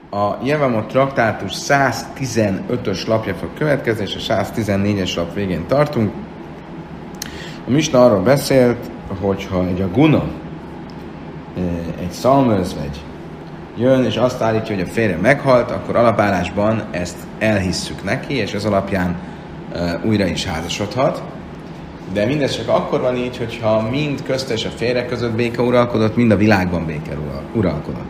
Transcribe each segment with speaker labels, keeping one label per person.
Speaker 1: A Jevamot traktátus 115-ös lapja fog következni, és a 114-es lap végén tartunk. A Misna arról beszélt, hogyha egy aguna, egy szalmözvegy jön, és azt állítja, hogy a férje meghalt, akkor alapállásban ezt elhisszük neki, és ez alapján újra is házasodhat. De mindez csak akkor van így, hogyha mind közte és a férje között béke uralkodott, mind a világban béke uralkodott.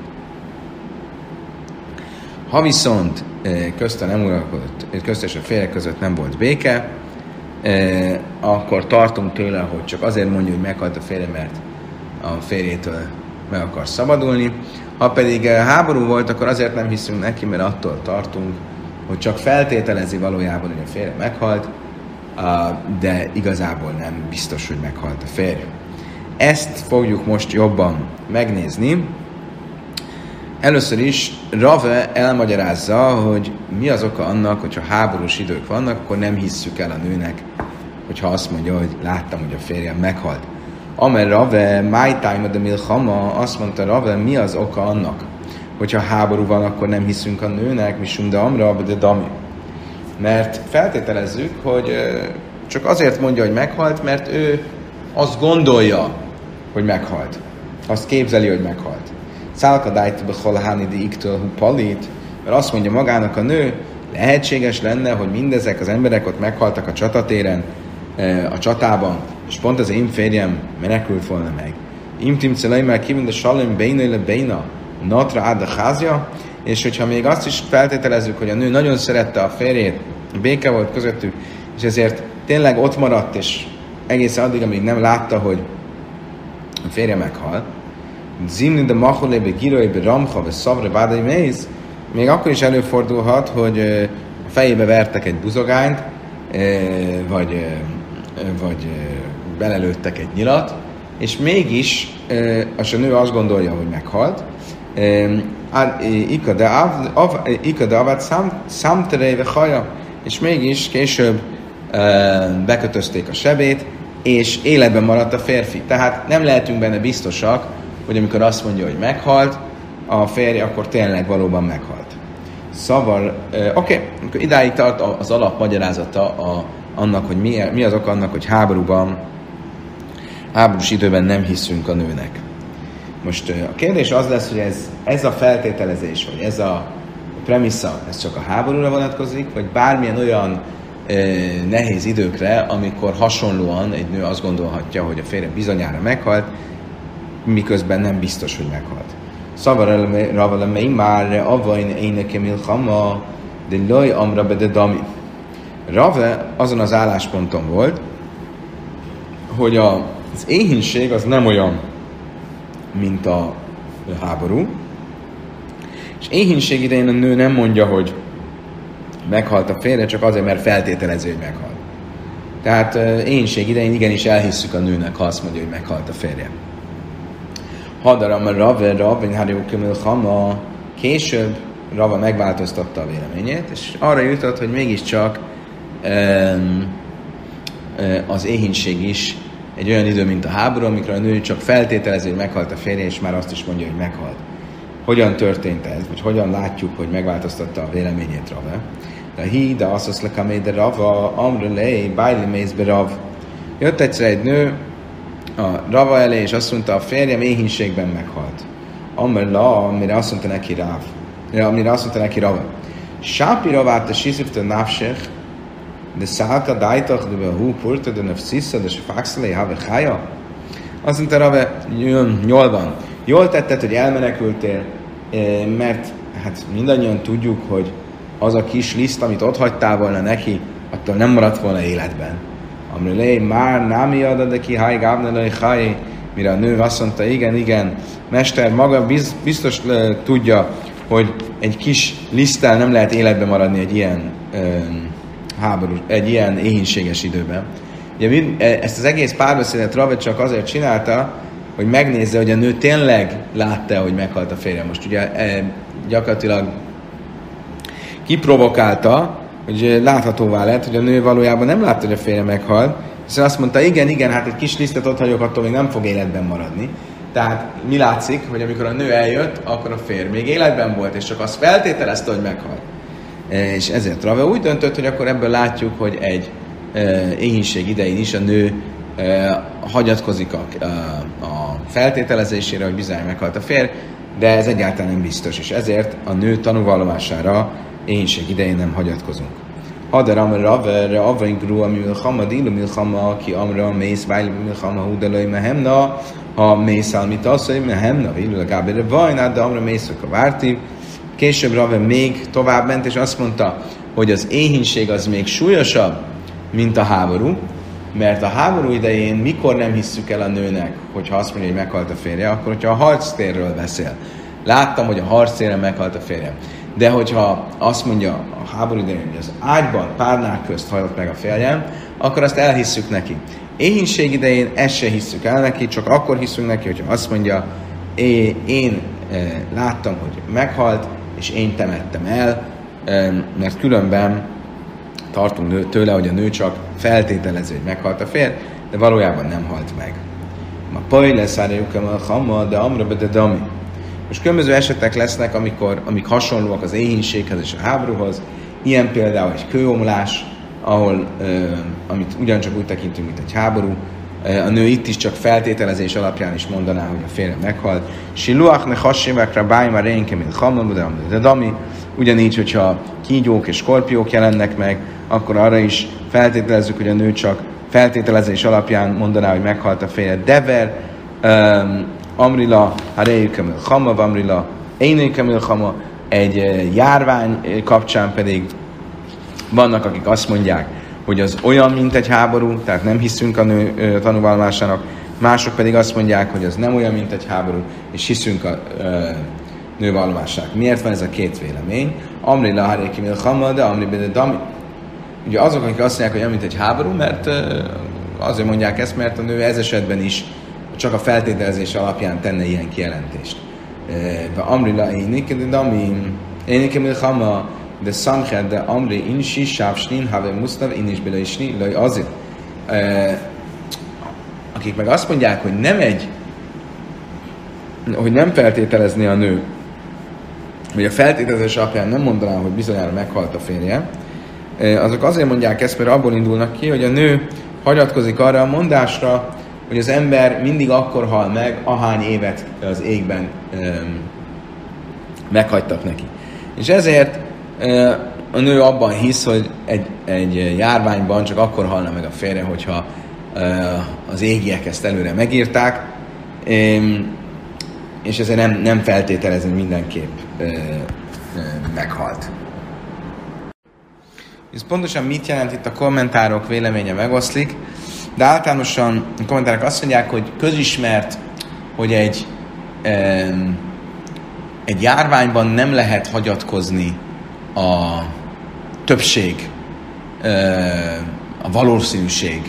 Speaker 1: Ha viszont közte nem uralkodott, közte és a férje között nem volt béke, akkor tartunk tőle, hogy csak azért mondja, hogy meghalt a férje, mert a férjétől meg akar szabadulni. Ha pedig háború volt, akkor azért nem hiszünk neki, mert attól tartunk, hogy csak feltételezi valójában, hogy a férje meghalt, de igazából nem biztos, hogy meghalt a férje. Ezt fogjuk most jobban megnézni. Először is Rave elmagyarázza, hogy mi az oka annak, hogyha háborús idők vannak, akkor nem hisszük el a nőnek, hogyha azt mondja, hogy láttam, hogy a férjem meghalt. Amer Rave, my time de milchama, azt mondta Rave, mi az oka annak, hogyha háború van, akkor nem hiszünk a nőnek, mi sum de amra, de dami. Mert feltételezzük, hogy csak azért mondja, hogy meghalt, mert ő azt gondolja, hogy meghalt. Azt képzeli, hogy meghalt. Szálkadájt becholháni di iktől hu palit, mert azt mondja magának a nő, lehetséges lenne, hogy mindezek az emberek ott meghaltak a csatatéren, a csatában, és pont az én férjem menekült volna meg. Imtim celaimmel kívül, de salim bénőle béna, natra ád a házja, és hogyha még azt is feltételezzük, hogy a nő nagyon szerette a férjét, béke volt közöttük, és ezért tényleg ott maradt, és egészen addig, amíg nem látta, hogy a férje meghal, zimni de macholébe giroébe ramcha, vagy szavra bádai mész, még akkor is előfordulhat, hogy a fejébe vertek egy buzogányt, vagy belelőttek egy nyilat, és mégis a nő azt gondolja, hogy meghalt. Ika de avad számtereive haja, és mégis később bekötözték a sebét, és életben maradt a férfi. Tehát nem lehetünk benne biztosak, hogy amikor azt mondja, hogy meghalt a férj, akkor tényleg valóban meghalt. Szóval, oké, akkor idáig tart az alapmagyarázata annak, hogy mi az ok annak, hogy háborús időben nem hiszünk a nőnek. Most a kérdés az lesz, hogy ez a feltételezés, vagy ez a premissza, ez csak a háborúra vonatkozik, vagy bármilyen olyan nehéz időkre, amikor hasonlóan egy nő azt gondolhatja, hogy a férje bizonyára meghalt, miközben nem biztos, hogy meghalt. Szóval Rave már avain éneke milchama, de loj amra bede dami. Rave azon az állásponton volt, hogy az éhínség az nem olyan, mint a háború, és éhínség idején a nő nem mondja, hogy meghalt a férje, csak azért, mert feltételező, hogy meghalt. Tehát éhínség idején igenis elhisszük a nőnek, ha azt mondja, hogy meghalt a férje. Hadaram a Rave, később Rava megváltoztatta a véleményét, és arra jutott, hogy mégiscsak az éhínség is egy olyan idő, mint a háború, amikor a nő csak feltételezi, hogy meghalt a férje, és már azt is mondja, hogy meghalt. Hogyan történt ez, vagy hogyan látjuk, hogy megváltoztatta a véleményét Rave? De azt azt lekamé, de Rava, amrelei, bájli mészbe Rav. Jött egyszer egy nő a Rava elé, és azt mondta, a férjem éhínségben meghalt. Amrela, amire azt mondta neki Rava. Sápi Ravát a sízivta nafsech, de szálka dájtak, de hú purta, de nefszisza, de se faxelé, have chája. Azt mondta Rave, jól van. Jól tetted, hogy elmenekültél, mert hát mindannyian tudjuk, hogy az a kis liszt, amit ott hagytál volna neki, attól nem maradt volna életben. Amrelé, már námi ad, de ki háj, gábnelai háj, mire a nő azt mondta, igen, mester maga biztos tudja, hogy egy kis liszttel nem lehet életben maradni egy ilyen egy ilyen éhínséges időben. Ugye ezt az egész párbeszédet Rave csak azért csinálta, hogy megnézze, hogy a nő tényleg látta, hogy meghalt a férje. Most ugye gyakorlatilag kiprovokálta, hogy láthatóvá lett, hogy a nő valójában nem látta, hogy a férje meghalt, hiszen azt mondta, igen, hát egy kis lisztet ott hagyok, attól még nem fog életben maradni. Tehát mi látszik, hogy amikor a nő eljött, akkor a férj még életben volt, és csak azt feltételezte, hogy meghalt. És ezért Rave úgy döntött, hogy akkor ebből látjuk, hogy egy éhínség idején is a nő hagyatkozik a feltételezésére, hogy bizony meghalt a férj, de ez egyáltalán nem biztos, és ezért a nő tanúvallomására éhínség idején nem hagyatkozunk. Hadar amr Rave, Avain grua milchama, dilu milchama, ki amra mész, vájl milchama, húdelai mehemna, ha mész mit asszony, mehemna, illul a gábére vajnát, de amra mész a várti. Később Rave még tovább ment, és azt mondta, hogy az éhínség az még súlyosabb, mint a háború, mert a háború idején mikor nem hisszük el a nőnek, hogyha azt mondja, hogy meghalt a férje, akkor hogyha a harctérről beszél. Láttam, hogy a harctéren meghalt a férje. De hogyha azt mondja a háború idején, hogy az ágyban, párnák közt halt meg a férjem, akkor azt elhisszük neki. Éhínség idején ezt se hisszük el neki, csak akkor hiszünk neki, hogyha azt mondja, én láttam, hogy meghalt, és én temettem el, mert különben tartunk tőle, hogy a nő csak feltételező, hogy meghalt a férj, de valójában nem halt meg. Ma pajle szárjuk a hamma, de amra de dami. Most különböző esetek lesznek, amik hasonlóak az éhínséghez és a háborúhoz. Ilyen például egy kőomlás, amit ugyancsak úgy tekintünk, mint egy háború. A nő itt is csak feltételezés alapján is mondaná, hogy a férje meghalt. Siluach ne hassévekre bájma rénke, mint hamma, de dami. Ugyanígy, hogyha kígyók és skorpiók jelennek meg, akkor arra is feltételezzük, hogy a nő csak feltételezés alapján mondaná, hogy meghalt a férje. Dever, amrila, harejükemül hama, amrila, énékemül hama. Egy járvány kapcsán pedig vannak, akik azt mondják, hogy az olyan, mint egy háború, tehát nem hiszünk a nő tanúvallomásának, mások pedig azt mondják, hogy az nem olyan, mint egy háború, és hiszünk a nővallomásának. Miért van ez a két vélemény? Amri laharéki milchama, de amri bede dami. Ugye azok, akik azt mondják, hogy olyan, mint egy háború, mert azért mondják ezt, mert a nő ez esetben is csak a feltételezés alapján tenne ilyen kijelentést. Amri laharéki milchama, de samched, de amri insi, sávsnin, have musztav, inis bele isni, laj azért. Akik meg azt mondják, hogy nem feltételezni a nő, vagy a feltételezés alapján nem mondaná, hogy bizonyára meghalt a férje, azok azért mondják ezt, mert abból indulnak ki, hogy a nő hagyatkozik arra a mondásra, hogy az ember mindig akkor hal meg, ahány évet az égben meghagytak neki. És ezért a nő abban hisz, hogy egy járványban csak akkor halna meg a férje, hogyha az égiek ezt előre megírták, és ezért nem feltételezni mindenképp meghalt. Ez pontosan mit jelent itt a kommentárok véleménye megoszlik, de általánosan a kommentárok azt mondják, hogy közismert, hogy egy járványban nem lehet hagyatkozni a többség, a valószínűség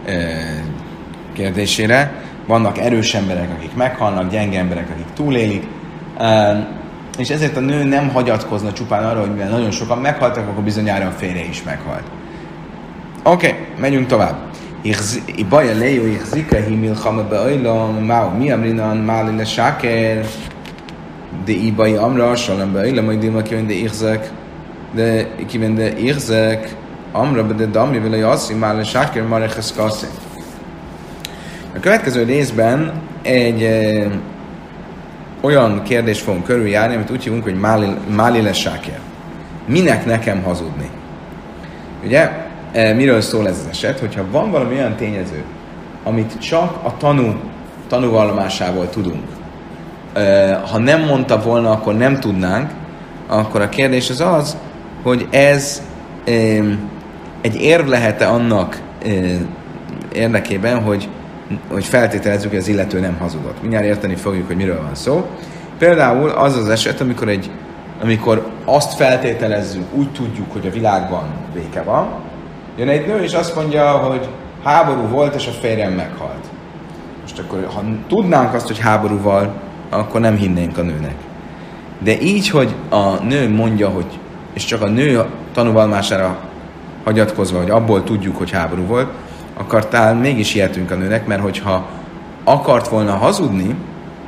Speaker 1: kérdésére. Vannak erős emberek, akik meghalnak, gyenge emberek, akik túlélik, és ezért a nő nem hagyatkozna csupán arra, hogy mivel nagyon sokan meghaltak, akkor bizonyára a férje is meghalt. Oké, megyünk tovább. Baja lejó, zika himil hama beajlam, mi amrinan, máli le sáker, de ibai amra, salam beajlam, majd dima kivende érzek, de kivende érzek, amra de dami vele jaszi, máli le sáker, mareches kaszi. A következő részben egy olyan kérdést fogunk körüljárni, amit úgy hívunk, hogy máli le sáker. Minek nekem hazudni? Ugye, miről szól ez az eset? Hogyha van valami olyan tényező, amit csak a tanúvallomásából tudunk, ha nem mondta volna, akkor nem tudnánk, akkor a kérdés az, hogy ez egy érv lehet-e annak érdekében, hogy feltételezzük, hogy az illető nem hazudott. Mindjárt érteni fogjuk, hogy miről van szó. Például az az eset, amikor azt feltételezzük, úgy tudjuk, hogy a világban béke van, jön egy nő, és azt mondja, hogy háború volt, és a férjem meghalt. Most akkor, ha tudnánk azt, hogy háború van, akkor nem hinnénk a nőnek. De így, hogy a nő mondja, hogy, és csak a nő tanúvallomására hagyatkozva, hogy abból tudjuk, hogy háború volt, akkor talán mégis hihetünk a nőnek, mert hogyha akart volna hazudni,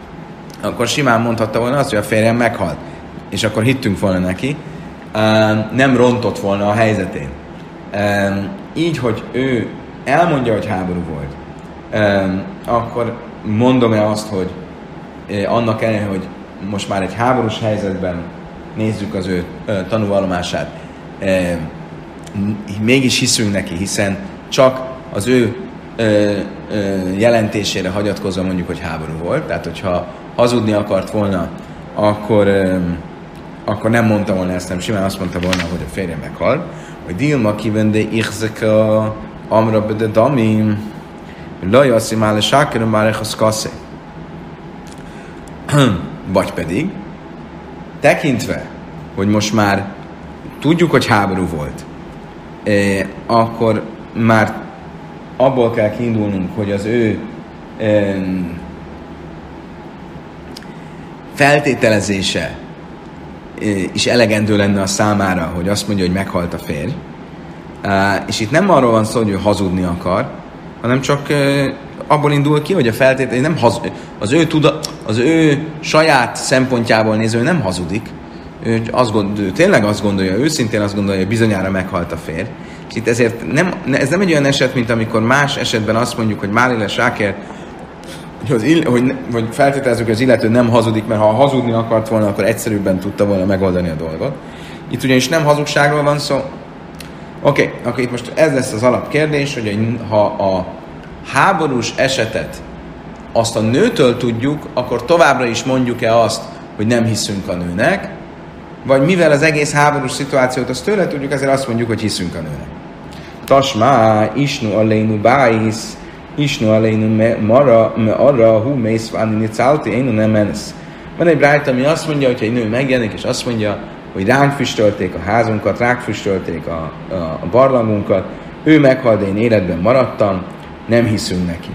Speaker 1: akkor simán mondhatta volna azt, hogy a férjem meghalt. És akkor hittünk volna neki, nem rontott volna a helyzetén. Így, hogy ő elmondja, hogy háború volt, akkor mondom-e azt, hogy annak ellenére, hogy most már egy háborús helyzetben nézzük az ő tanúvallomását, mégis hiszünk neki, hiszen csak az ő jelentésére hagyatkozva mondjuk, hogy háború volt. Tehát, hogyha hazudni akart volna, akkor nem mondta volna ezt, nem simán azt mondta volna, hogy a férje meghal. Hogy Dilma kivende ichzeka amra bede damim lajaszi mále sákerum márechasz kasze. Vagy pedig, tekintve, hogy most már tudjuk, hogy háború volt, akkor már abból kell kiindulnunk, hogy az ő feltételezése is elegendő lenne a számára, hogy azt mondja, hogy meghalt a férj. És itt nem arról van szó, hogy ő hazudni akar, hanem csak abból indul ki, hogy a feltétel nem az ő saját szempontjából nézve, ő nem hazudik. Ő tényleg azt gondolja, őszintén azt gondolja, hogy bizonyára meghalt a férj. És itt ezért ez nem egy olyan eset, mint amikor más esetben azt mondjuk, hogy Málile Sáker, hogy feltételezzük, hogy az illető nem hazudik, mert ha hazudni akart volna, akkor egyszerűbben tudta volna megoldani a dolgot. Itt ugyanis nem hazugságról van szó. Oké, akkor itt most ez lesz az alapkérdés, hogy ha a háborús esetet azt a nőtől tudjuk, akkor továbbra is mondjuk-e azt, hogy nem hiszünk a nőnek, vagy mivel az egész háborús szituációt azt tőle tudjuk, ezért azt mondjuk, hogy hiszünk a nőnek. Tasmá, isnu alénu báisz, isnu alénu mara, arra, hú mész vánini cálti, én nem menesz. Van egy brájt, ami azt mondja, hogyha egy nő megjelenik, és azt mondja, hogy ránk füstölték a házunkat, ránk füstölték a barlangunkat, ő meghalt, de én életben maradtam, nem hiszünk neki.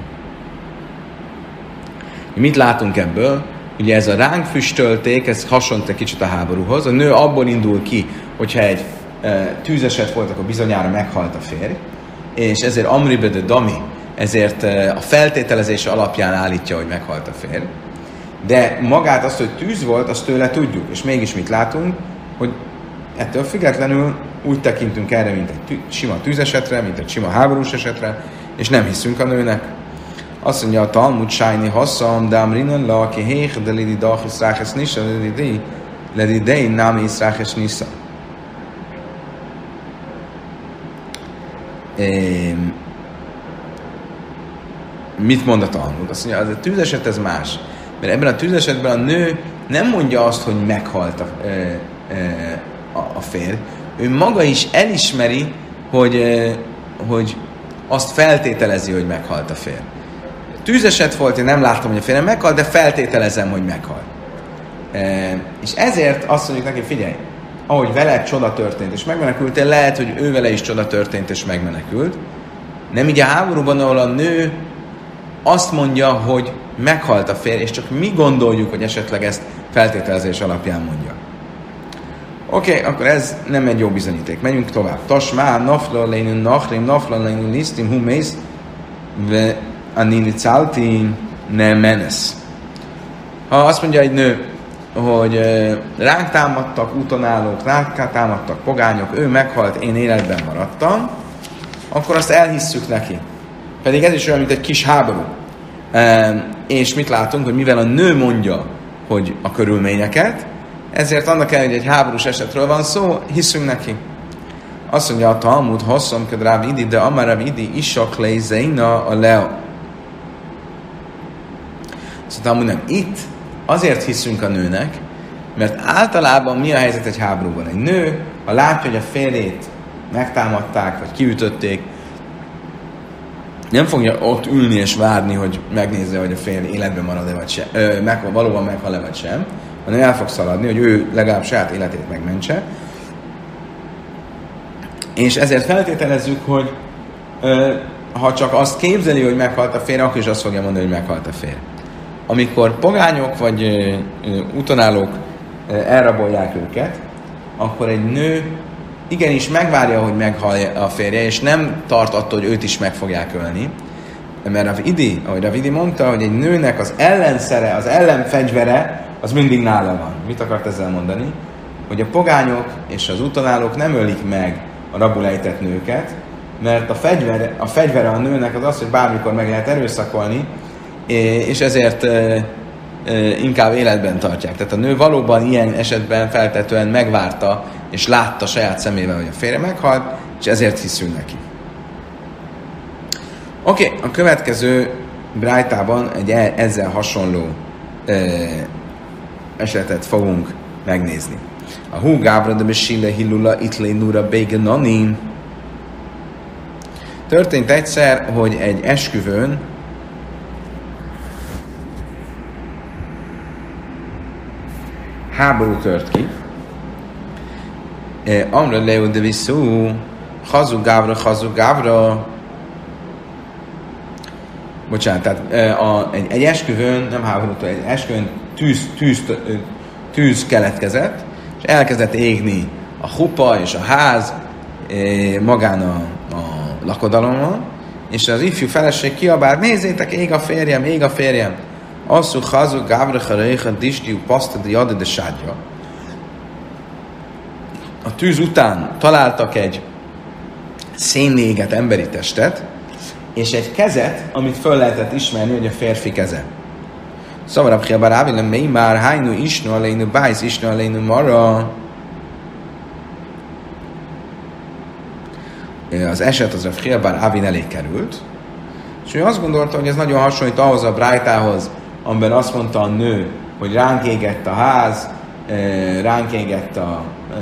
Speaker 1: Mit látunk ebből? Ugye ez a ránk füstölték, ez hasonlít egy kicsit a háborúhoz. A nő abból indul ki, hogyha egy tűzeset volt, akkor bizonyára meghalt a férj, és ezért Amribe de Dami, ezért a feltételezése alapján állítja, hogy meghalt a férj. De magát azt, hogy tűz volt, azt tőle tudjuk. És mégis mit látunk? Hogy ettől függetlenül úgy tekintünk erre, mint egy sima tűzesetre, mint egy sima háborús esetre, és nem hiszünk a nőnek. Azt mondja a Talmud, Sájni Hasszam, Dám Rinan La, ki Héch, de Lidi Dach Iszráches Nisa, Lidi Dei Námi Iszráches Nisa. Mit mond a Talmud? Azt mondja, az a tűzeset ez más. Mert ebben a tűzesetben a nő nem mondja azt, hogy meghalt a férj. Ő maga is elismeri, hogy azt feltételezi, hogy meghalt a férj. Tűzeset volt, én nem láttam, hogy a férjem meghalt, de feltételezem, hogy meghalt. És ezért azt mondjuk neki, figyelj, ahogy veled csoda történt és megmenekültél, lehet, hogy ő vele is csoda történt és megmenekült. Nem így a háborúban, ahol a nő azt mondja, hogy meghalt a férj, és csak mi gondoljuk, hogy esetleg ezt feltételezés alapján mondja. Oké, akkor ez nem egy jó bizonyíték. Menjünk tovább. Tasmá, nafla leinun nachrim, nafla leinun lisztim, hu mész, ve anili cálti ne menesz. Ha azt mondja egy nő, hogy ránk támadtak útonállók, ránk támadtak pogányok, ő meghalt, én életben maradtam, akkor azt elhisszük neki. Pedig ez is olyan, mint egy kis háború. És mit látunk, hogy mivel a nő mondja, hogy a körülményeket, ezért annak el, hogy egy háborús esetről van szó, hiszünk neki. Azt mondja a Talmud, hosszom köd Rav Idi, de amár Rav Idi isak leizeina a leo. Szóval Talmud nem. Itt azért hiszünk a nőnek, mert általában mi a helyzet egy háborúban? Egy nő, ha látja, hogy a férjét megtámadták, vagy kiütötték, nem fogja ott ülni és várni, hogy megnézze, hogy a férj életben marad-e vagy sem, valóban meghal-e vagy sem, hanem el fog szaladni, hogy ő legalább saját életét megmentse. És ezért feltételezzük, hogy ha csak azt képzeli, hogy meghalt a férj, akkor is azt fogja mondani, hogy meghalt a férj. Amikor pogányok vagy útonállók elrabolják őket, akkor egy nő igenis megvárja, hogy meghal a férje, és nem tart attól, hogy őt is meg fogják ölni, mert ahogy Rav Idi mondta, hogy egy nőnek az ellenszere, az ellenfegyvere, az mindig nála van. Mit akart ezzel mondani? Hogy a pogányok és az utonállók nem ölik meg a rabul ejtett nőket, mert a fegyvere a nőnek az az, hogy bármikor meg lehet erőszakolni, és ezért inkább életben tartják. Tehát a nő valóban ilyen esetben feltetően megvárta, és látta saját szemével, hogy a férje meghalt, és ezért hiszünk neki. Oké, a következő brájtában egy ezzel hasonló esetet fogunk megnézni. A hú gábra de besile hillula itlé nura bégenani. Történt egyszer, hogy egy esküvőn háború tört ki. Amra leu de viszú, hazug gábra. Bocsánat, tehát egy esküvőn, nem háború, egy esküvőn tűz keletkezett, és elkezdett égni a hupa és a ház magán a lakodalomon, és az ifjú feleség kiabált, nézzétek, ég a férjem, ég a férjem. Asszú hazug gábra haréha disdiú paszta de jade de sádja. A tűz után találtak egy szénnéget emberi testet, és egy kezet, amit föl lehetett ismerni, hogy a férfi keze. Szóval a Pchiabar Ávilem, mely már hányú isnu alénu bájsz, isnu alénu marra. Az eset az a Pchiabar Ávin elé került, és ő azt gondolta, hogy ez nagyon hasonlít ahhoz a brájtához, amiben azt mondta a nő, hogy ránk égett a ház, ránk égett a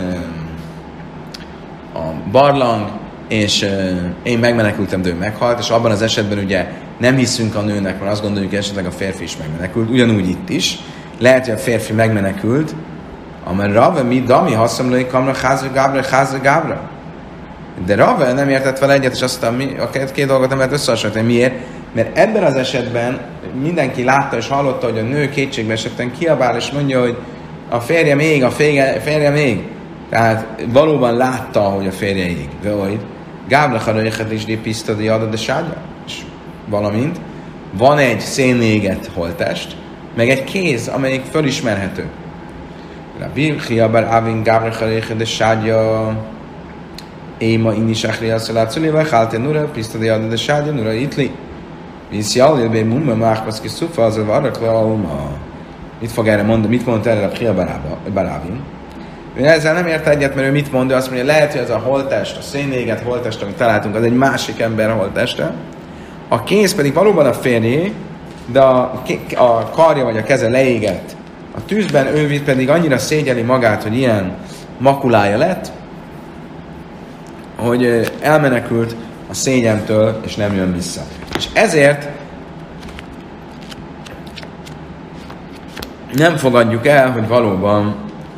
Speaker 1: barlang, és én megmenekültem, de ő meghalt, és abban az esetben ugye nem hiszünk a nőnek, mert azt gondoljuk, hogy esetleg a férfi is megmenekült. Ugyanúgy itt is. Lehet, hogy a férfi megmenekült, amely Rave mi dami haszamlói kamra háza gábra. De Rave nem értett vele egyet, és azt mondta, a két dolgot nem lehet összehasonlítani. Miért? Mert ebben az esetben mindenki látta és hallotta, hogy a nő kétségbe esetten kiabál, és mondja, hogy a férje még, a férje még. Tehát valóban látta, hogy a férje ég. Vagy Gábra harajéhet is pisztadi adod a sárga. És valamint van egy szénnéget holttest, meg egy kéz, amelyik fölismerhető. Rabbi Chiabar Ávin Gábra harajéhet is sárga. Éma inni sáhri asszalát szülével, hálté nura, pisztadi adod a sárga, nura itli. Viszjál, jöbbe mumma, máhpaszki szufa, az a varrak le alma. Mit fog erre mondani? Mit mondta erre a Chiabar Ávin? Ő ezzel nem ért egyet, mert ő mit mond, azt mondja, lehet, hogy ez a holttest, a szénéget holttest, amit találtunk, az egy másik ember holtteste. A kéz pedig valóban a férjé, de a karja vagy a keze leégett. A tűzben ő pedig annyira szégyeli magát, hogy ilyen makulája lett, hogy elmenekült a szégyentől, és nem jön vissza. És ezért nem fogadjuk el, hogy valóban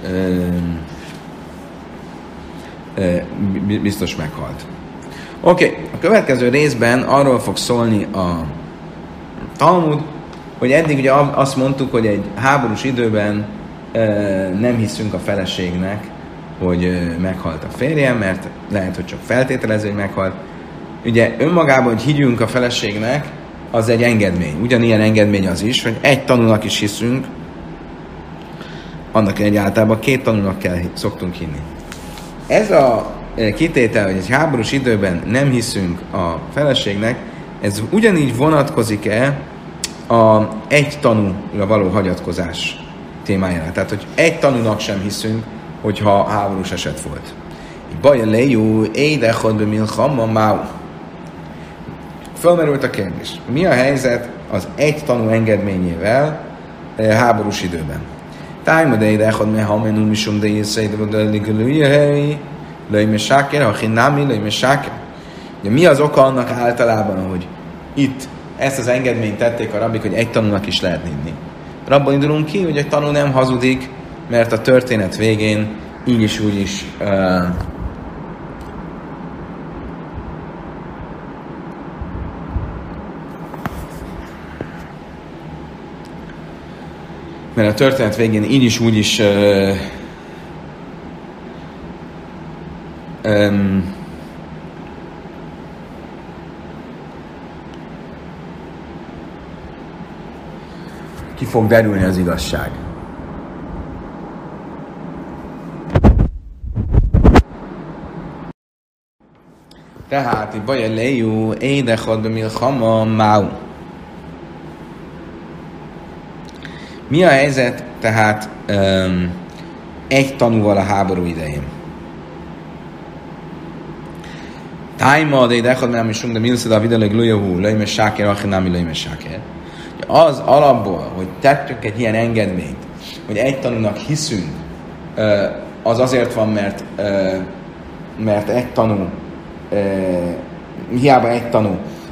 Speaker 1: biztos meghalt. Oké, a következő részben arról fog szólni a Talmud, hogy eddig ugye azt mondtuk, hogy egy háborús időben nem hiszünk a feleségnek, hogy meghalt a férje, mert lehet, hogy csak feltételező, hogy meghalt. Ugye önmagában, hogy higgyünk a feleségnek, az egy engedmény. Ugyanilyen engedmény az is, hogy egy tanúnak is hiszünk, annak egyáltalán két tanúnak szoktunk hinni. Ez a kitétel, hogy egy háborús időben nem hiszünk a feleségnek, ez ugyanígy vonatkozik-e a egy tanúra való hagyatkozás témájára. Tehát, hogy egy tanúnak sem hiszünk, hogyha háborús eset volt. Baja lejú, édechodbe milchamma máu. Fölmerült a kérdés. Mi a helyzet az egy tanú engedményével háborús időben? Tájma de édechod me hamenú misum de észreidve de ligülőjehely, löjme sáker, ha hinnámi, löjme sáker. Ugye mi az oka annak általában, hogy itt ezt az engedményt tették a rabbik, hogy egy tanúnak is lehet hinni? Rabban indulunk ki, hogy egy tanú nem hazudik, mert a történet végén így is úgy is mert a történet végén így is úgy is ki fog derülni az igazság. Tehát, itt baj lejú, édechad be milchama máu. Mi a helyzet tehát egy tanúval a háború idején? Tájma, de édechad nem is de milszed a videóleg lujahú, löjmes sáker, achinámi löjmes sáker. Az alapból, hogy tettünk egy ilyen engedményt, hogy egy tanúnak hiszünk, az azért van, mert egy tanú, hiába egy tanú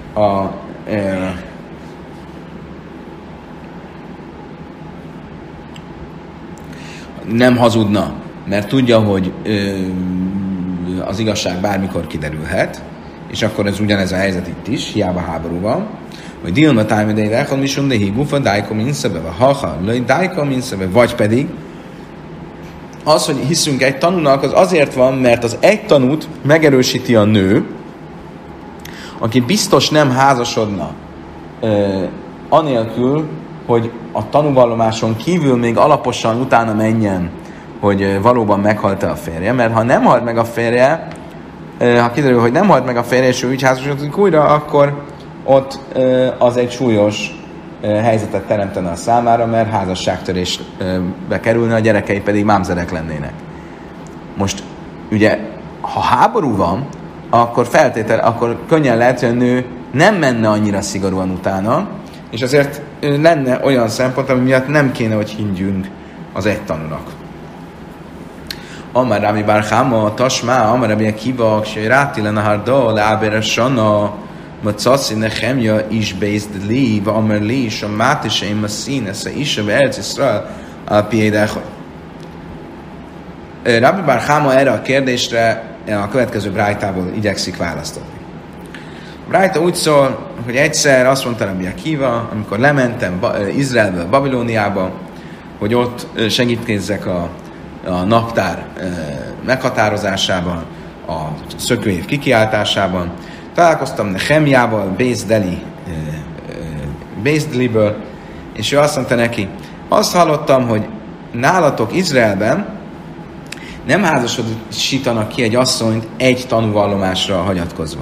Speaker 1: nem hazudna, mert tudja, hogy az igazság bármikor kiderülhet, és akkor ez ugyanez a helyzet itt is, hiába háború van, hogy Dilma tájmedei rechon misum dehi gufa dájkom inszebe, vagy haha, löj dájkom inszebe, vagy pedig az, hogy hiszünk egy tanúnak, az azért van, mert az egy tanút megerősíti a nő, aki biztos nem házasodna anélkül, hogy a tanúvallomáson kívül még alaposan utána menjen, hogy valóban meghalt-e a férje, mert ha nem halt meg a férje, ha kiderül, hogy nem halt meg a férje, és ő így házasodik újra, akkor ott az egy súlyos helyzetet teremtene a számára, mert házasságtörésbe kerülne, a gyerekei pedig mámzerek lennének. Most ugye, ha háború van, akkor könnyen lehet, hogy a nő nem menne annyira szigorúan utána, és azért lenne olyan szempont, ami miatt nem kéne, hogy higgyünk az egy tanúnak. Amar Rabbi Bar Chama, Tasmá, Amar Rabbi Akiva, Ksé Ráti Lenahardó, Leábere Sana, Macaszi Nechemja is based li, va Amar li, és a Mátise én Masszín, esze is, a Erc Iszrael, a Piédecha. Rabbi Bar Chama erre a kérdésre a következő brájtából igyekszik választani. A brájta úgy szól, hogy egyszer azt mondta Rabbi Akiva, amikor lementem Izraelből, Babilóniába, hogy ott segítkezzek a naptár meghatározásában, a szökőév kikiáltásában. Találkoztam Nehemjával, Bézdliből, és ő azt mondta neki, azt hallottam, hogy nálatok Izraelben nem házasítanak ki egy asszonyt egy tanúvallomásra hagyatkozva.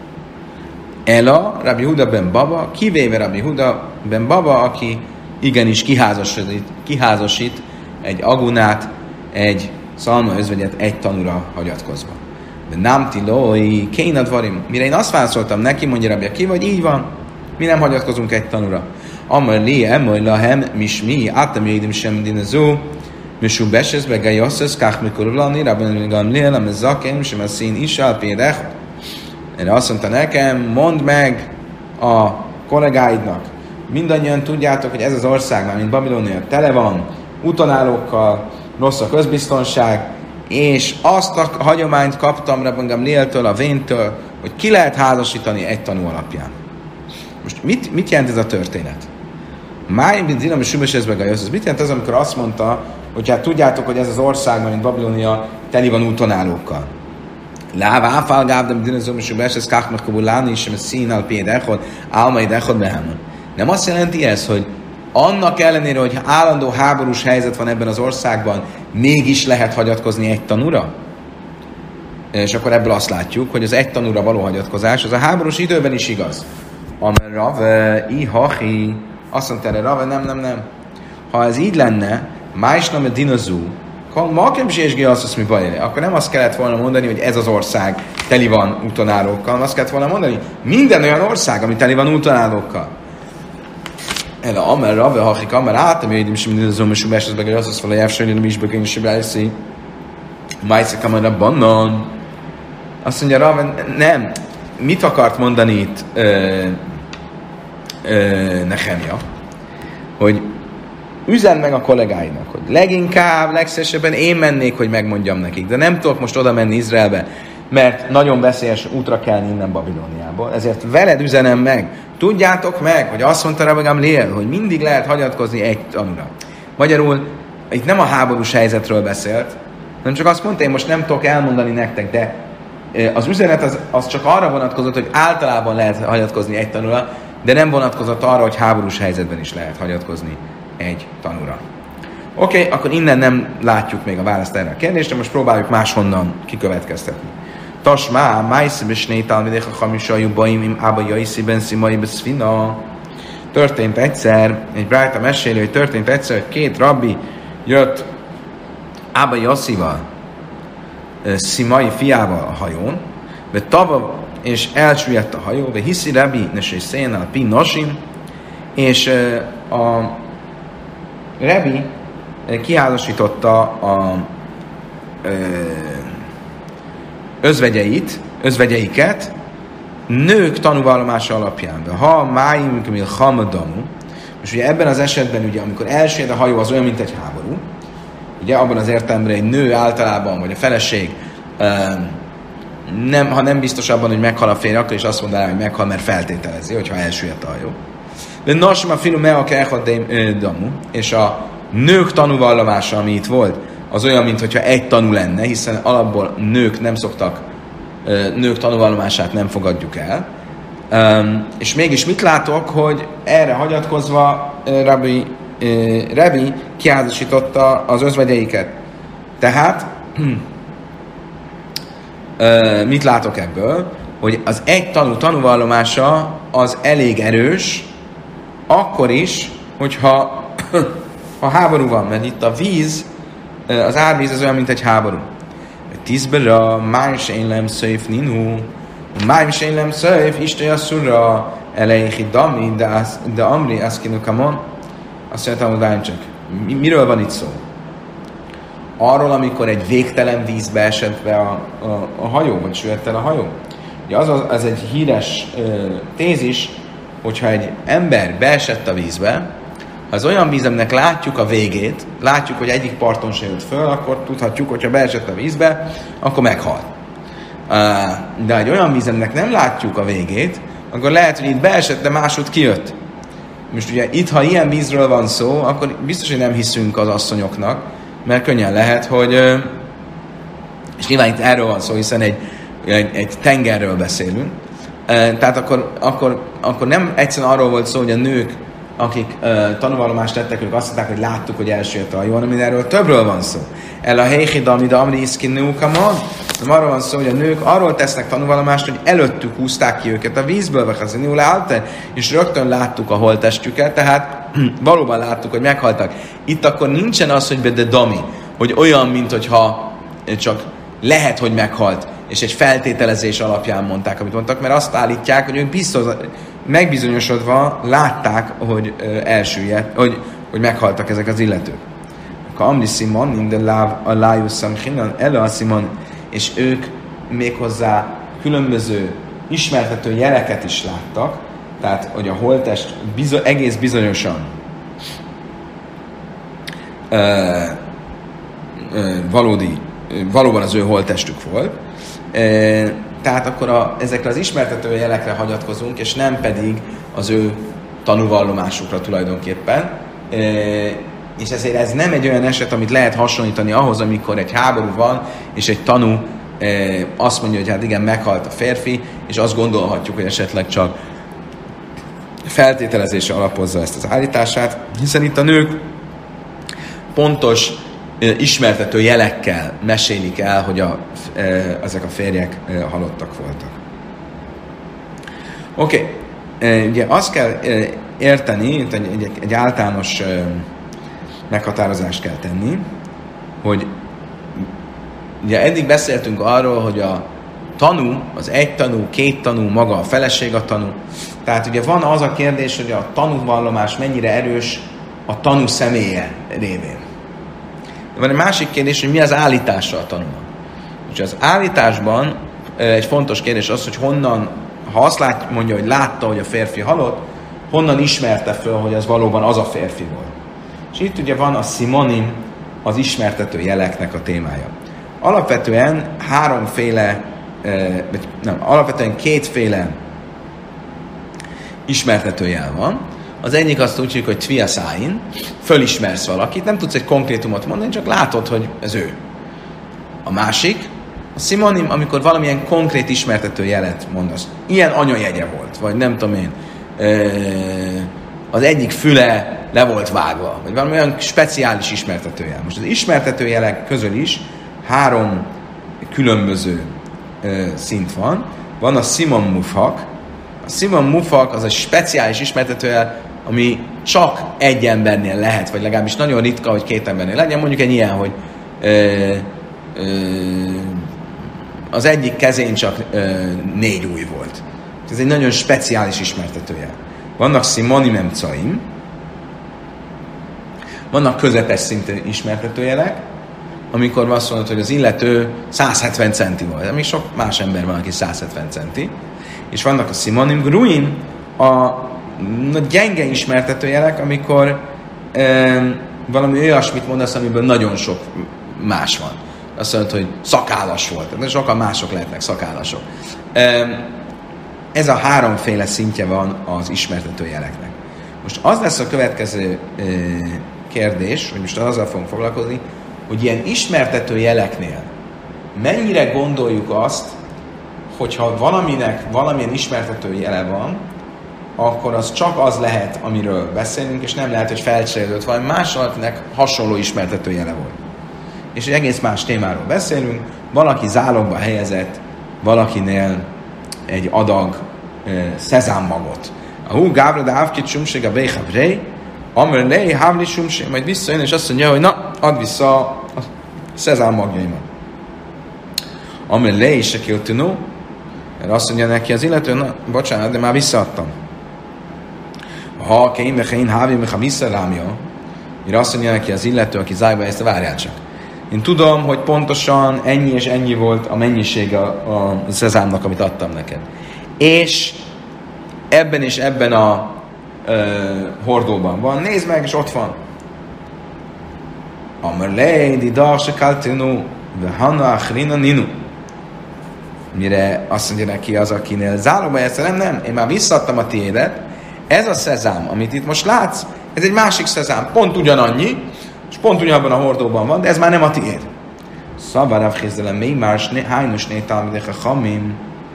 Speaker 1: Ela, Rabbi Huda ben Baba, kivéve Rabbi Huda ben Baba, aki igenis kiházasít egy agunát, egy szalma özvegyet egy tanúra hagyatkozva. De nem tilói, kénadvarim. Mire én azt válaszoltam neki, mondja Rabbi Akiva, hogy így van, mi nem hagyatkozunk egy tanúra. Amar li, emoj lahem, mismi, átam jöjdim sem dinazó, misú besezbe, gajasszasz, kách mikor vlani, Rabbi Gamliel, amez zaken, sem a szín isál, pédech. Erre azt mondta nekem, mondd meg a kollégáidnak. Mindannyian tudjátok, hogy ez az ország, már mint Babilónia, tele van útonállókkal, rossz a közbiztonság, és azt a hagyományt kaptam Rabbi Gamlieltől, a Véntől, hogy ki lehet házasítani egy tanú alapján. Most mit jelent ez a történet? Mit jelent az, amikor azt mondta, hogy hát tudjátok, hogy ez az ország, mint Babilónia, teli van útonállókkal. Nem azt jelenti ez, hogy annak ellenére, hogy állandó háborús helyzet van ebben az országban, mégis lehet hagyatkozni egy tanúra? És akkor ebből azt látjuk, hogy az egy tanúra való hagyatkozás, az a háborús időben is igaz. Amer Rave, ihachi, azt mondta erre Rave, nem. Ha ez így lenne, májsname dinazú, akkor nem azt kellett volna mondani, hogy ez az ország teli van útonállókkal, azt kellett volna mondani, minden olyan ország, ami teli van útonállókkal. Ela Amer Rave, hachik Amer átam, jöjjön is minden azon, és ubás, az meg azt mondja, hogy jövőn is bögény, és brájszi. Májszek Amer a bannan. Azt mondja, Rave, nem. Mit akart mondani itt Nehemja? Hogy üzen meg a kollégáinak, hogy leginkább, legszívesebben én mennék, hogy megmondjam nekik, de nem tudok most oda menni Izraelbe, mert nagyon veszélyes útra kell innen Babilóniából, ezért veled üzenem meg, tudjátok meg, hogy azt mondta Rabbi Gamliel, hogy mindig lehet hagyatkozni egy tanúra. Magyarul itt nem a háborús helyzetről beszélt, hanem csak azt mondta, én most nem tudok elmondani nektek, de az üzenet az csak arra vonatkozott, hogy általában lehet hagyatkozni egy tanúra, de nem vonatkozott arra, hogy háborús helyzetben is lehet hagyatkozni egy tanúra. Oké, akkor innen nem látjuk még a választ erre a kérdésre, most próbáljuk máshonnan kikövetkeztetni. Tasmá, májszib és nétál, vidék a hamisajú baim, im ába jaisziben szimai beszfina. Történt egyszer, egy brájta mesélő, hogy történt egyszer, hogy két rabbi jött Ába Jasszival, Szimai fiával a hajón, de tava és elsüllyedt a hajó, de hiszi Rabbi és szénál pi nasim, és a Rabbi kiházasította a özvegyeiket nők tanúvallomása alapján. De ha máim mil hamadamu, és ugye ebben az esetben, ugye, amikor elsüllyed a hajó, az olyan, mint egy háború. Ugye abban az értelemben egy nő általában, vagy a feleség, ha nem biztos abban, hogy meghal a férj, akkor is azt mondaná, hogy meghal, mert feltételezi, hogyha elsüllyedt a hajó. De nasma filu mea kechadeim damu, és a nők tanúvallomása, ami itt volt, az olyan, mintha egy tanú lenne, hiszen alapból nők nem szoktak, nők tanúvallomását nem fogadjuk el. És mégis mit látok, hogy erre hagyatkozva Rabbi kiházasította az özvegyeiket. Tehát mit látok ebből? Hogy az egy tanúvallomása az elég erős, akkor is, hogyha háború van, mert itt a víz, az árvíz az olyan, mint egy háború. Tízbera, májm sejlem szöjf ninhu, májm sejlem szöjf, Isten asszurra, elejéhi dami, de amri aszkinukamon. Azt mondtam, hogy miről van itt szó? Arról, amikor egy végtelen vízbe esett be a hajó, vagy süllyedt el a hajó. Ugye az egy híres tézis, hogyha egy ember beesett a vízbe, ha az olyan víz, aminek látjuk a végét, látjuk, hogy egyik parton se jött föl, akkor tudhatjuk, hogyha beesett a vízbe, akkor meghalt. De egy olyan víz, aminek nem látjuk a végét, akkor lehet, hogy itt beesett, de máshogy kijött. Most ugye itt, ha ilyen vízről van szó, akkor biztos, hogy nem hiszünk az asszonyoknak, mert könnyen lehet, hogy és nyilván itt erről van szó, hiszen egy tengerről beszélünk. Tehát akkor nem egyszerűen arról volt szó, hogy a nők, akik tanúvallomást tettek, ők azt mondták, hogy láttuk, hogy elsüllyedt a hajó, hanem erről többről van szó. El a helyhidam, ide amri iszkin nőkamon, arról van szó, hogy a nők arról tesznek tanúvallomást, hogy előttük húzták ki őket a vízből, és rögtön láttuk a holttestüket, tehát valóban láttuk, hogy meghaltak. Itt akkor nincsen az, hogy de dami, hogy olyan, mint hogyha csak lehet, hogy meghalt, és egy feltételezés alapján mondták, amit mondtak, mert azt állítják, hogy ők megbizonyosodva látták, hogy elsüllyedt, hogy meghaltak ezek az illetők. Akkor Amri Simon, in a lájusszam hinan, ele a Simon, és ők méghozzá különböző ismertető jeleket is láttak, tehát, hogy a holttest egész bizonyosan valóban az ő holttestük volt. Tehát akkor ezekre az ismertető jelekre hagyatkozunk, és nem pedig az ő tanúvallomásukra tulajdonképpen. És ezért ez nem egy olyan eset, amit lehet hasonlítani ahhoz, amikor egy háború van, és egy tanú azt mondja, hogy hát igen, meghalt a férfi, és azt gondolhatjuk, hogy esetleg csak feltételezése alapozza ezt az állítását, hiszen itt a nők pontos ismertető jelekkel mesélik el, hogy ezek a férjek halottak voltak. Oké. Ugye azt kell érteni, egy általános meghatározást kell tenni, hogy ugye eddig beszéltünk arról, hogy a tanú, az egy tanú, két tanú, maga a feleség a tanú. Tehát ugye van az a kérdés, hogy a tanúvallomás mennyire erős a tanú személye révén. De van egy másik kérdés, hogy mi az állítása a tanúnak. Úgyhogy az állításban egy fontos kérdés az, hogy honnan, ha azt mondja, hogy látta, hogy a férfi halott, honnan ismerte föl, hogy az valóban az a férfi volt. És itt ugye van a szimonim, az ismertető jeleknek a témája. Alapvetően alapvetően kétféle ismertető jel van. Az egyik azt úgy hívjuk, hogy tviaszáin, fölismersz valakit, nem tudsz egy konkrétumot mondani, csak látod, hogy ez ő. A másik, a szimonim, amikor valamilyen konkrét ismertető jelet mondasz. Ilyen anyajegye volt, vagy nem tudom én, az egyik füle le volt vágva, vagy valami olyan speciális ismertetőjel. Most az ismertetőjelek közül is 3 különböző szint van. Van a Simon Mufak. A Simon Mufak az egy speciális ismertetőjel, ami csak egy embernél lehet, vagy legalábbis nagyon ritka, hogy 2 embernél legyen. Mondjuk egy ilyen, hogy az egyik kezén csak 4 ujj volt. Ez egy nagyon speciális ismertetőjel. Vannak szimonimemcaim, vannak közepes szintű ismertetőjelek, amikor azt mondod, hogy az illető 170 centi volt. Ami sok más ember van, aki 170 centi. És vannak a simonim gruim, a gyenge ismertetőjelek, amikor valami olyasmit mondasz, amiből nagyon sok más van. Azt mondod, hogy szakállas volt. De sokan mások lehetnek szakállasok. Ez a 3 féle szintje van az ismertetőjeleknek. Most az lesz a következő kérdés, hogy most azzal fogunk foglalkozni, hogy ilyen ismertető jeleknél mennyire gondoljuk azt, hogyha valaminek valamilyen ismertető jele van, akkor az csak az lehet, amiről beszélünk, és nem lehet, hogy felcserélődött valami másnak hasonló ismertető jele volt. És egy egész más témáról beszélünk, valaki zálogba helyezett valakinél egy adag szezámmagot. A hú gábra de ávkit sumség a béhavré, amire lej hávli sumség, majd visszajön, és azt mondja, hogy na, add vissza a szezámmagjaimat. Amire lej is se kiltűnő, mert azt mondja neki az illető, na, bocsánat, de már visszaadtam. Ha én hávi, ha visszarámja, mire azt mondja neki az illető, aki zájba ezt várjál csak. Én tudom, hogy pontosan ennyi és ennyi volt a mennyisége a szezámnak, amit adtam neked. És ebben és ebben a hordóban van. Nézd meg, és ott van. Amerlei, di darse kaltinu, vehana achrina ninu. Mire azt mondja neki az, akinél zálogba egyszerűen nem, én már visszaadtam a tiédet, ez a szezám, amit itt most látsz, ez egy másik szezám, pont ugyanannyi, és pont ugyanabban a hordóban van, de ez már nem a tiéd. Szabárav kézzelem, mély más, hányos nétalmidek a chamim,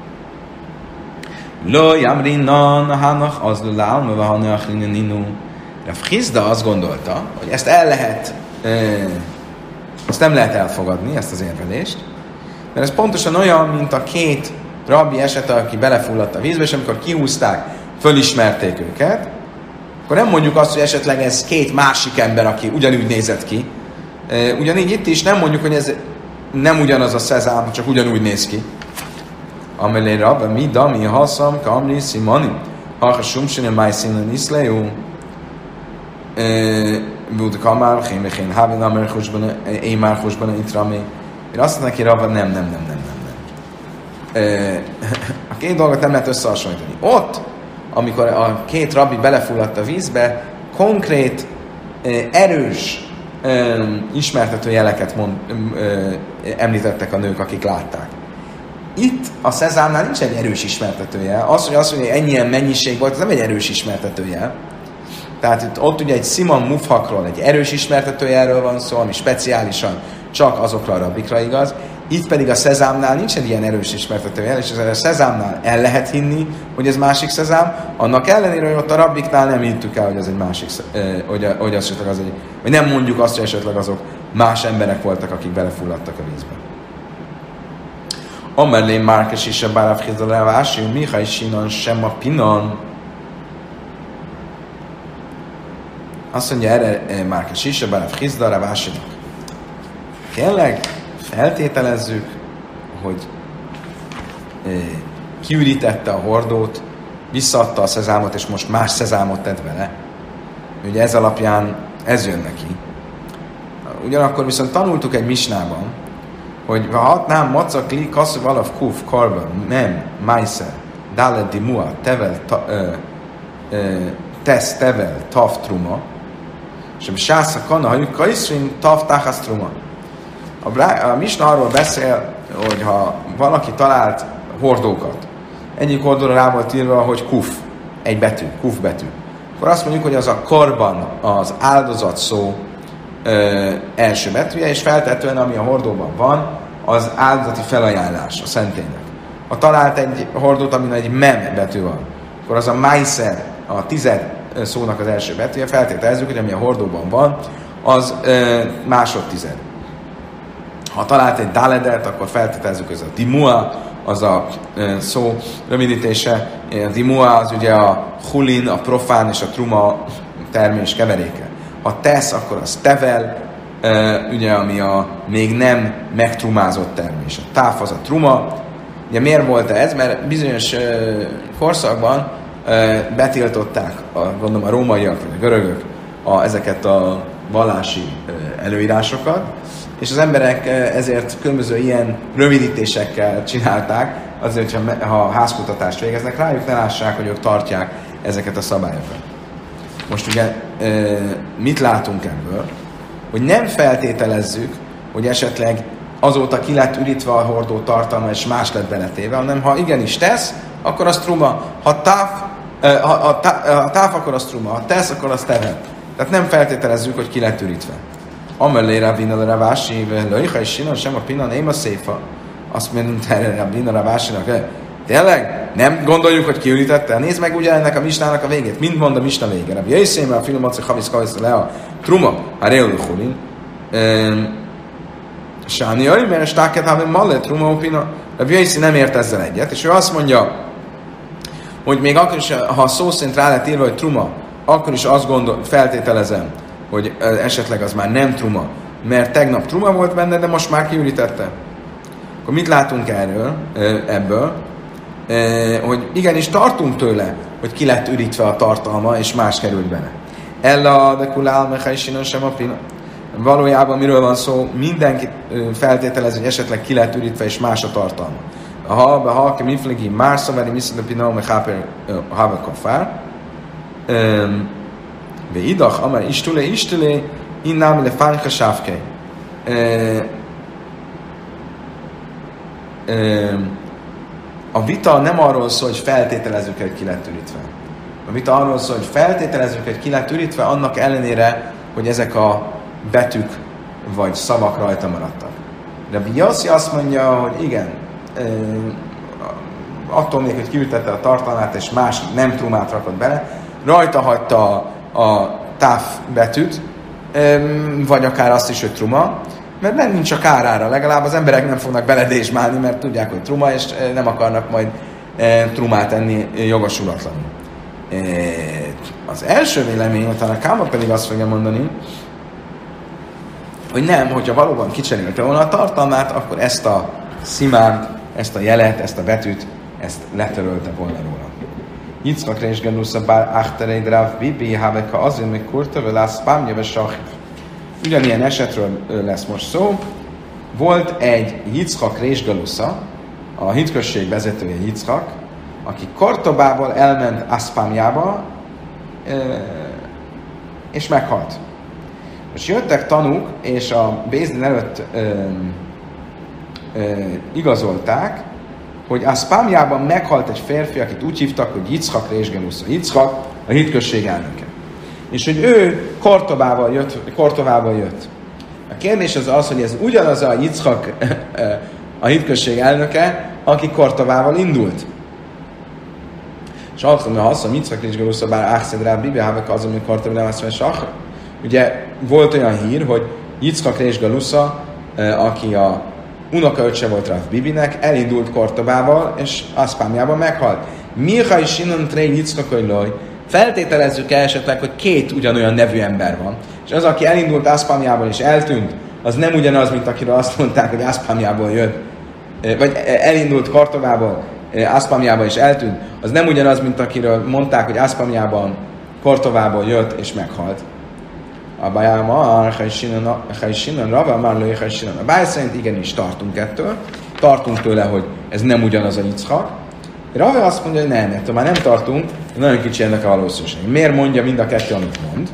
Speaker 1: lo jamrinan, hánach, az lálma, vahana achrina ninu. Rav Chizda azt gondolta, hogy ezt el lehet, ezt nem lehet elfogadni, ezt az érvelést, mert ez pontosan olyan, mint a 2 rabbi esete, aki belefulladt a vízbe, és amikor kihúzták, fölismerték őket, akkor nem mondjuk azt, hogy esetleg ez 2 másik ember, aki ugyanúgy nézett ki. Ugyanígy itt is nem mondjuk, hogy ez nem ugyanaz a szezám, csak ugyanúgy néz ki. Amelé rabba, mi dami, haszam, kamri, szimani, ha sumsine, máj színen iszlejú, búd kamár, hén, hávin, amely húsban, én már húsban, itt rami. Én azt mondom neki, rabba, nem. A 2 dolgot nem lehet összehasonlítani. Ott, amikor a 2 rabbi belefulladt a vízbe, konkrét, erős, ismertető jeleket említettek a nők, akik látták. Itt a szezámnál nincs egy erős ismertetőjel. Az, hogy azt mondja, hogy ennyien mennyiség volt, az nem egy erős ismertetőjel. Tehát ott ugye egy Simon Mufakról, egy erős ismertetőjelről van szó, ami speciálisan csak azokra a rabbikra igaz. Itt pedig a szezámnál nincs egy ilyen erős ismertetőjel, és a szezámnál el lehet hinni, hogy ez másik szezám, annak ellenére, hogy ott a rabbiknál nem hittük el, hogy ez egy másik, hogy az esetleg az egy, vagy nem mondjuk azt, hogy esetleg azok más emberek voltak, akik belefulladtak a vízbe. Amerlén Márkes is a Bárav Chizda levási, Mihály Sinan sem a Pinan. Azt mondja erre Márkes is a Bárav Chizda levásinak. Kérlek, feltételezzük, hogy kiürítette a hordót, visszaadta a szezámot, és most más szezámot tett bele. Ugye ez alapján ez jön neki. Ugyanakkor viszont tanultuk egy misnában, hogy ha hatnám macakli, kasszú valav kuf, karba, mem, májszer, dálet di mua, tevel, tesz, tevel, tav, truma, és a sásza kana, ha kaiszrin, tav, táhász, truma. A misna arról beszél, hogy ha valaki talált hordókat, egyik hordóra rá volt írva, hogy kuf, egy betű, kuf betű, akkor azt mondjuk, hogy az a korban az áldozat szó első betűje, és feltetően, ami a hordóban van, az áldozati felajánlás a szentélynek. Ha talált egy hordót, amin egy mem betű van, akkor az a májszer, a 10 szónak az első betűje, feltételezzük, hogy ami a hordóban van, az másodtized. Ha talált egy daledet, akkor feltételezzük, hogy ez a dimua, az a szó rövidítése. A dimua az ugye a hulin, a profán és a truma termés keveréke. Ha tesz, akkor az tevel, ugye, ami a még nem megtrumázott termés. A táf az a truma. Ugye miért volt ez? Mert bizonyos korszakban betiltották, gondolom a rómaiak vagy a görögök ezeket a vallási előírásokat, és az emberek ezért különböző ilyen rövidítésekkel csinálták, azért, ha házkutatást végeznek rájuk, ne lássák, hogy ők tartják ezeket a szabályokat. Most ugye mit látunk ebből? Hogy nem feltételezzük, hogy esetleg azóta ki lett ürítve a hordó tartalma, és más lett beletéve, hanem ha igenis tesz, akkor az truma. Ha táv, akkor az truma. Ha tesz, akkor az tevet. Tehát nem feltételezzük, hogy ki lett ürítve. Amelé Rabina Ravási, Lőjha és Sinan, sem a Pina, nem a széfa. Azt mondja, Rabina Ravásinak, tényleg? Nem gondoljuk, hogy kiürítette? Nézd meg ugye ennek a misnának a végét. Mind mond a misna vége. Rabbi Jöjszémmel a filmaci havisz kavisz le a truma, a réulő hulin. Sáni öj, mert stáket hávén malle truma opina. Rabbi Jöjszé nem ért ezzel egyet, és ő azt mondja, hogy még akkor is, ha szó szerint rá lett írva, hogy truma, akkor is azt feltételezem, hogy esetleg az már nem truma, mert tegnap truma volt benne, de most már kiürítette. Akkor mit látunk ebből? Hogy igenis tartunk tőle, hogy ki lett ürítve a tartalma, és más került bele. Ella de kulál mechajsinon sem a pina. Valójában miről van szó? Mindenki feltételez, hogy esetleg ki lett ürítve, és más a tartalma. Ha miflegi már szaveri miszad a pina, meháper hava kafár. Ve idach, amely istule, innám le fányka sávkej. A vita nem arról szól, hogy feltételezzük, hogy ki lett ürítve. A vita arról szól, hogy feltételezzük, hogy ki lett ürítve, annak ellenére, hogy ezek a betűk vagy szavak rajta maradtak. De Biassi azt mondja, hogy igen, attól még, hogy kiütette a tartalmát, és más nem trumát rakott bele, rajta hagyta a táv betűt, vagy akár azt is, hogy truma, mert nem nincs a kárára, legalább az emberek nem fognak beledésmálni, mert tudják, hogy truma, és nem akarnak majd trumát enni jogosulatlanul. Az első vélemény, utána Káma pedig azt fogja mondani, hogy nem, hogyha valóban kicserélte volna a tartalmát, akkor ezt a szimánt, ezt a jelet, ezt a betűt, ezt letörölte volna róla. Yitzchak Reish Ganusza bár Achtereid Rav Bibi Haveka azért még kurta, lász Pámnyeve Sachif. Ugyanilyen esetről lesz most szó. Volt egy Yitzchak Reish Ganusza, a hitközség vezetője Yitzchak, aki Kortobából elment Aszpámjába, és meghalt. Most jöttek tanúk, és a Bézdin előtt igazolták, hogy Aszpámjában meghalt egy férfi, akit úgy hívtak, hogy Yitzchak Reish Ganusza. Yitzchak a hitközség elnöke. És hogy ő Kortobából jött. A kérdés az, hogy ez ugyanaz a Yitzchak a hitközség elnöke, aki Kortobával indult. És azt mondja, hogy Yitzchak Reish Ganusza bár Ákszed rá Bibi Haveka azon, hogy Kortobában azt mondja, Sachar. Ugye volt olyan hír, hogy Yitzchak Reish Ganusza, aki a unokaöccse volt Rav Bibinek, elindult Kortobával, és Aszpámjában meghalt. Mirha is innen tré Yitzchakoloj. Feltételezzük el esetleg, hogy két ugyanolyan nevű ember van. És az, aki elindult Aszpámjából és eltűnt, az nem ugyanaz, mint akiről azt mondták, hogy Aszpámjából jött, vagy elindult Kortobából, Aszpámjába és eltűnt, az nem ugyanaz, mint akiről mondták, hogy Aszpámjában, Kortobából jött és meghalt. A báj szerint igenis tartunk ettől, tartunk tőle, hogy ez nem ugyanaz a Yitzchak. Rave azt mondja, hogy nem, ettől már nem tartunk, nagyon kicsi ennek a valószínűség. Miért mondja mind a kettő, amit mond?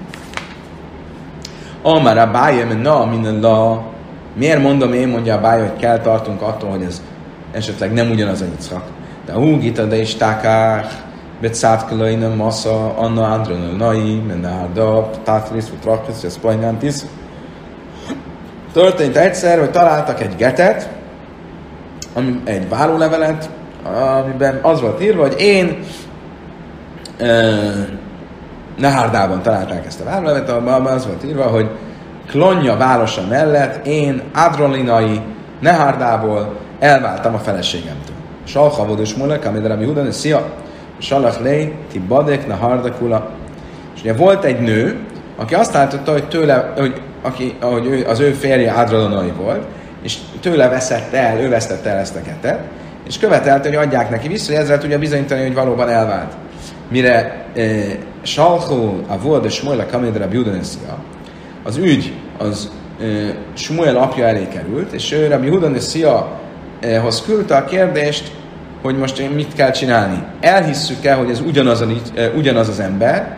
Speaker 1: Amár a bájem, na, minden la. Miért mondom én, mondja a báj, hogy kell tartunk attól, hogy ez esetleg nem ugyanaz a Yitzchak. De húgita, de is tákár, Betszátkalainen Massa, Anna Andronel Nai, Menárda, Tátrész, Utrakrész, ez Plajnántis. Történt egyszer, hogy találtak egy getet, egy vállólevelet, amiben az volt írva, hogy én Nehárdában találták ezt a városlevet, abban az volt írva, hogy Klonja városa mellett én Adrolinai Nehárdából elváltam a feleségemtől. Salchavod és Molek, amit Rabbi Huda, és szia, Salach lej, ti badek, Nehardakula. És ugye volt egy nő, aki azt állította, hogy tőle, hogy az ő férje Adrolinai volt, és tőle ő vesztette el ezt a ketet, és követelte, hogy adják neki vissza, hogy ezzel tudja bizonyítani, hogy valóban elvált. Mire Salchó, a volt és Molek, amit Rabbi Huda, és szia, az ügy az Smuel apja elé került, és ő Rabbi Huda Nessziahoz küldte a kérdést, hogy most mit kell csinálni. Elhisszük-e, hogy ez ugyanaz az ember?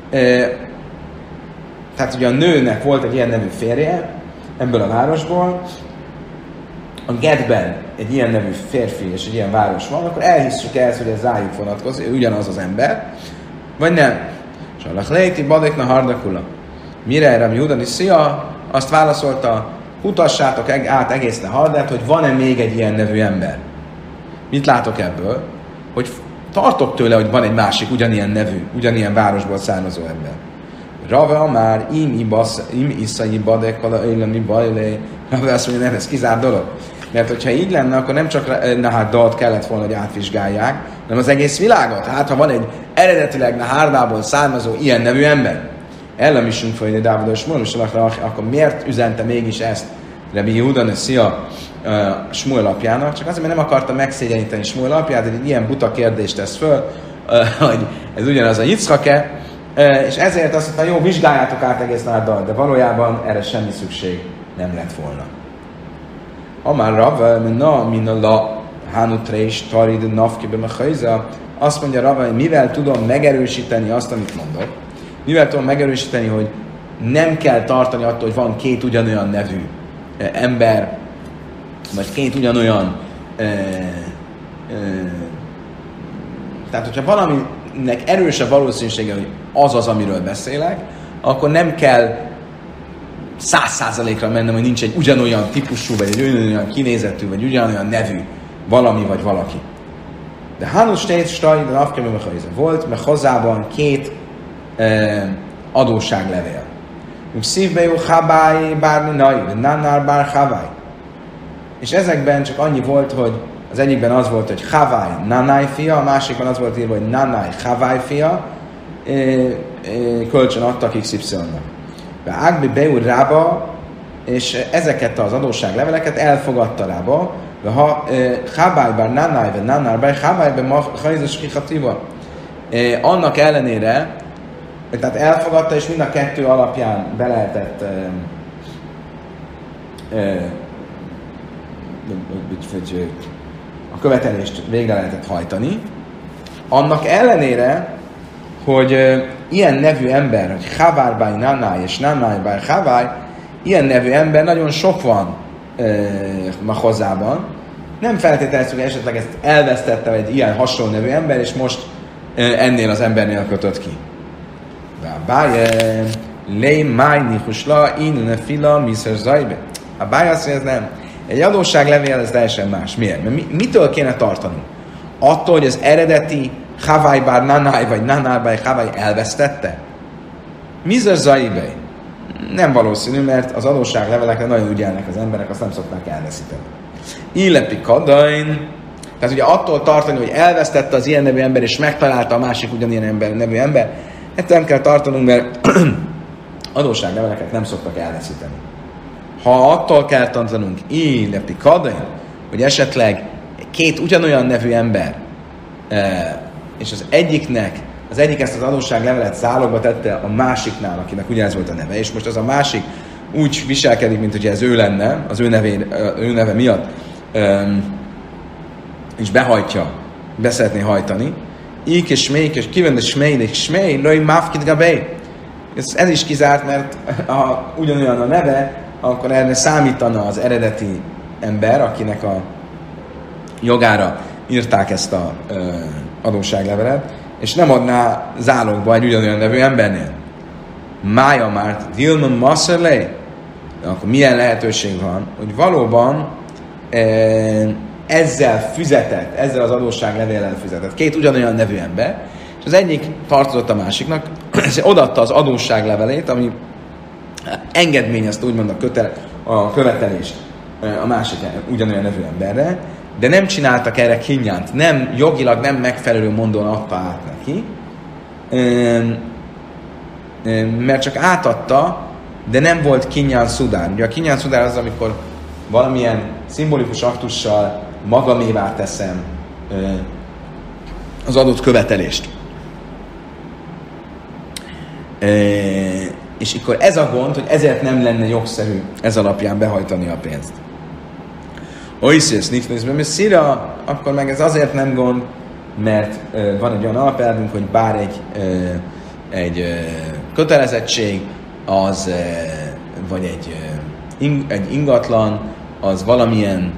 Speaker 1: Tehát ugye a nőnek volt egy ilyen nevű férje ebből a városból, a Getben egy ilyen nevű férfi és egy ilyen város van, akkor elhisszük-e ezt, hogy ez rájuk vonatkozik, ugyanaz az ember, vagy nem? Salach lejti badekna hardakula. Mire Rabbi Huda Nessziah azt válaszolta, kutassátok át egész Nehardát, hogy van-e még egy ilyen nevű ember. Mit látok ebből? Hogy tartok tőle, hogy van egy másik ugyanilyen nevű, ugyanilyen városból származó ember. Rave már im iszai badekala élemi bajlé. Rave azt mondja, nem, ez kizárt dolog. Mert hogyha így lenne, akkor nem csak Nehárdát kellett volna, hogy átvizsgálják, hanem az egész világot. Hát, ha van egy eredetileg Nehárdából származó ilyen nevű ember, ellemisünk folyni Dávidot és Smuel, akkor miért üzente mégis ezt Rabbi Huda Nessziah Smuel apjának? Csak azért, mert nem akarta megszégyeníteni Smuel apját, hogy egy ilyen buta kérdést tesz föl, hogy ez ugyanaz a Yitzchak-e, és ezért azt mondta, jó, vizsgáljátok át egész Nehárdat, de valójában erre semmi szükség nem lett volna. Amár Rav, mina la hanutreis tarid nafkibe mechaiza, azt mondja Rav, hogy mivel tudom megerősíteni azt, amit mondok, mivel tudom megerősíteni, hogy nem kell tartani attól, hogy van két ugyanolyan nevű ember, vagy két ugyanolyan tehát, hogyha valaminek erős a valószínűsége, hogy az, amiről beszélek, akkor nem kell 100%-ra mennem, hogy nincs egy ugyanolyan típusú, vagy egy ugyanolyan kinézetű, vagy ugyanolyan nevű valami, vagy valaki. De Hanus Stajid, de Nafkemű volt, mert hozzában két adósságlevél. Szívbejú Chabály bárni nai, Nannár bár Chabály. És ezekben csak annyi volt, hogy az egyikben az volt, hogy Chabály Nannáj fia, a másikban az volt írva, hogy Nannáj Chabály fia, kölcsön adtak XY-nak. De Ágbi Beur Rába, és ezeket az adósságleveleket elfogadta Rába, de ha Chabály bár Nannáj, vagy Nannár bár Chabály, de ma Chajzos Kichativa. Annak ellenére, tehát elfogadta, és mind a kettő alapján be lehetett a követelést végre lehetett hajtani. Annak ellenére, hogy ilyen nevű ember, hogy Chavár báj Nannáj és Nannáj báj Chavár, ilyen nevű ember nagyon sok van Mahozában. Nem feltételeztük, hogy esetleg ezt elvesztette egy ilyen hasonló nevű ember, és most ennél az embernél kötött ki. Báj, lej májni husla, inne fila, miszer zajbe. A báj azt mondja, ez nem. Egy adósságlevél, ez teljesen más. Miért? Mert mitől kéne tartanunk? Attól, hogy az eredeti Chavai bár Nannáj, vagy Nannár bár Chavai elvesztette? Miszer zajbe. Nem valószínű, mert az adósságlevelekre nagyon ügyelnek az emberek, azt nem szokták elveszíteni. Illepi kadain. Tehát ugye attól tartani, hogy elvesztette az ilyen nevű ember, és megtalálta a másik ugyanilyen nevű ember, ezt nem kell tartanunk, mert adósságleveleket nem szoktak elveszíteni. Ha attól kell tanulnunk, illepi kadain, hogy esetleg két ugyanolyan nevű ember, és az egyik ezt az adósságlevelet zálogba tette a másiknál, akinek ugyanez volt a neve, és most az a másik úgy viselkedik, mint hogy ez ő lenne, az ő neve miatt, és be szeretné hajtani, ík és smék, és kivende smély, löj máfkit gabé. Ez is kizárt, mert ha ugyanolyan a neve, akkor erre számítana az eredeti ember, akinek a jogára írták ezt a adósságlevelet, és nem adná zálogba egy ugyanolyan nevű embernél. Mája már Dilman Masserley, akkor milyen lehetőség van, hogy valóban ezzel az adósságlevéllel fizetett két ugyanolyan nevű ember, és az egyik tartozott a másiknak, és odaadta az adósságlevelét, ami engedményezte úgymond a követelést a másik ugyanolyan nevű emberre, de nem csináltak erre kinjánt, nem, jogilag nem megfelelő módon adta át neki, mert csak átadta, de nem volt kinyán szudár. Ugye a kinyán szudár az, amikor valamilyen szimbolikus aktussal magamévá teszem az adott követelést. És akkor ez a gond, hogy ezért nem lenne jogszerű ez alapján behajtani a pénzt. Oiszész, nifnészben, mert szíra, akkor meg ez azért nem gond, mert van egy olyan alapelvünk, hogy bár egy kötelezettség, az, vagy egy ingatlan, az valamilyen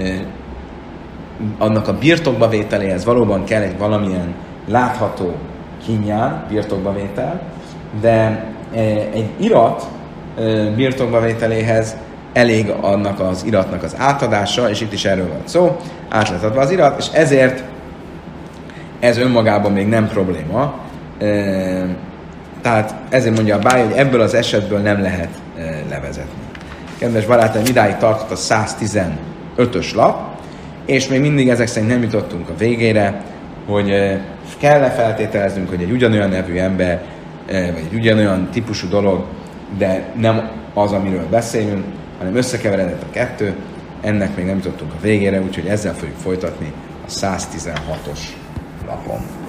Speaker 1: annak a birtokba vételéhez valóban kell egy valamilyen látható kinyán, birtokba vétel, de egy irat birtokba vételéhez elég annak az iratnak az átadása, és itt is erről van szó, át lett adva az irat, és ezért ez önmagában még nem probléma. Tehát ezért mondja a Báj, hogy ebből az esetből nem lehet levezetni. Kedves barátaim, idáig tartott a 115-ös lap, és még mindig ezek szerint nem jutottunk a végére, hogy kell-e feltételeznünk, hogy egy ugyanolyan nevű ember, vagy egy ugyanolyan típusú dolog, de nem az, amiről beszélünk, hanem összekeveredett a kettő, ennek még nem jutottunk a végére, úgyhogy ezzel fogjuk folytatni a 116-os lapon.